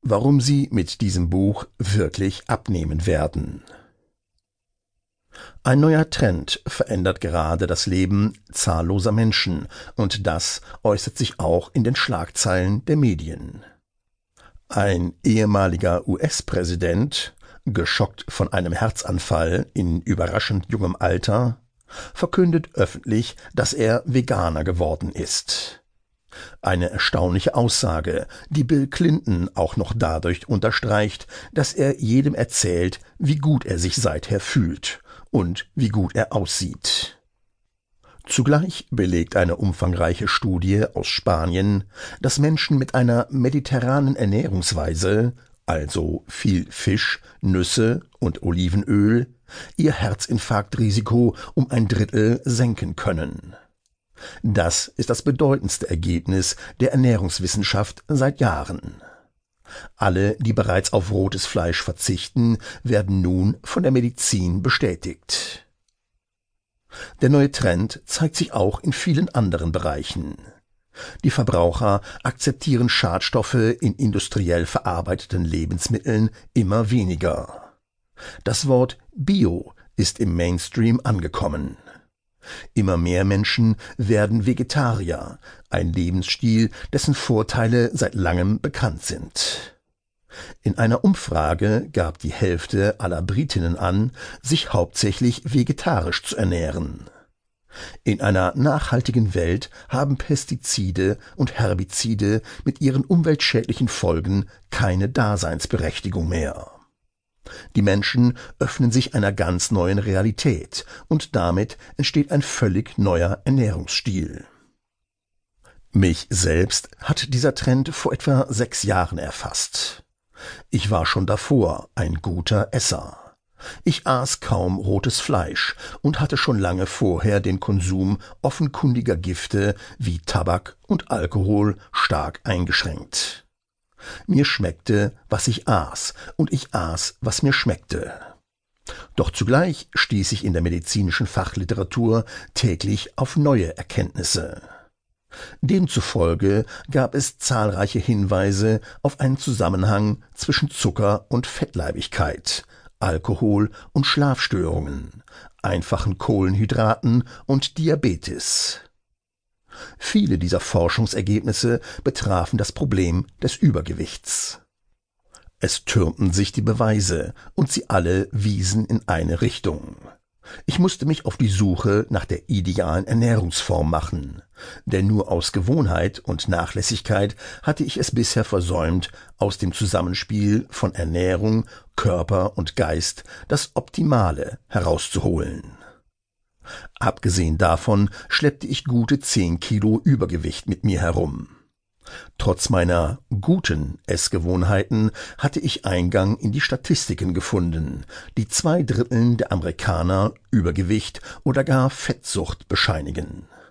Warum Sie mit diesem Buch wirklich abnehmen werden. Ein neuer Trend verändert gerade das Leben zahlloser Menschen, und das äußert sich auch in den Schlagzeilen der Medien. Ein ehemaliger US-Präsident, geschockt von einem Herzanfall in überraschend jungem Alter, verkündet öffentlich, dass er Veganer geworden ist. Eine erstaunliche Aussage, die Bill Clinton auch noch dadurch unterstreicht, dass er jedem erzählt, wie gut er sich seither fühlt und wie gut er aussieht. Zugleich belegt eine umfangreiche Studie aus Spanien, dass Menschen mit einer mediterranen Ernährungsweise, also viel Fisch, Nüsse und Olivenöl, ihr Herzinfarktrisiko um 1/3 senken können. Das ist das bedeutendste Ergebnis der Ernährungswissenschaft seit Jahren. Alle, die bereits auf rotes Fleisch verzichten, werden nun von der Medizin bestätigt. Der neue Trend zeigt sich auch in vielen anderen Bereichen. Die Verbraucher akzeptieren Schadstoffe in industriell verarbeiteten Lebensmitteln immer weniger. Das Wort Bio ist im Mainstream angekommen. Immer mehr Menschen werden Vegetarier, ein Lebensstil, dessen Vorteile seit langem bekannt sind. In einer Umfrage gab die Hälfte aller Britinnen an, sich hauptsächlich vegetarisch zu ernähren. In einer nachhaltigen Welt haben Pestizide und Herbizide mit ihren umweltschädlichen Folgen keine Daseinsberechtigung mehr. Die Menschen öffnen sich einer ganz neuen Realität, und damit entsteht ein völlig neuer Ernährungsstil. Mich selbst hat dieser Trend vor etwa 6 Jahren erfasst. Ich war schon davor ein guter Esser. Ich aß kaum rotes Fleisch und hatte schon lange vorher den Konsum offenkundiger Gifte wie Tabak und Alkohol stark eingeschränkt. Mir schmeckte, was ich aß, und ich aß, was mir schmeckte. Doch zugleich stieß ich in der medizinischen Fachliteratur täglich auf neue Erkenntnisse. Demzufolge gab es zahlreiche Hinweise auf einen Zusammenhang zwischen Zucker- und Fettleibigkeit, Alkohol und Schlafstörungen, einfachen Kohlenhydraten und Diabetes. Viele dieser Forschungsergebnisse betrafen das Problem des Übergewichts. Es türmten sich die Beweise, und sie alle wiesen in eine Richtung. Ich musste mich auf die Suche nach der idealen Ernährungsform machen, denn nur aus Gewohnheit und Nachlässigkeit hatte ich es bisher versäumt, aus dem Zusammenspiel von Ernährung, Körper und Geist das Optimale herauszuholen. Abgesehen davon schleppte ich gute 10 Kilo Übergewicht mit mir herum. Trotz meiner guten Essgewohnheiten hatte ich Eingang in die Statistiken gefunden, die 2/3 der Amerikaner Übergewicht oder gar Fettsucht bescheinigen.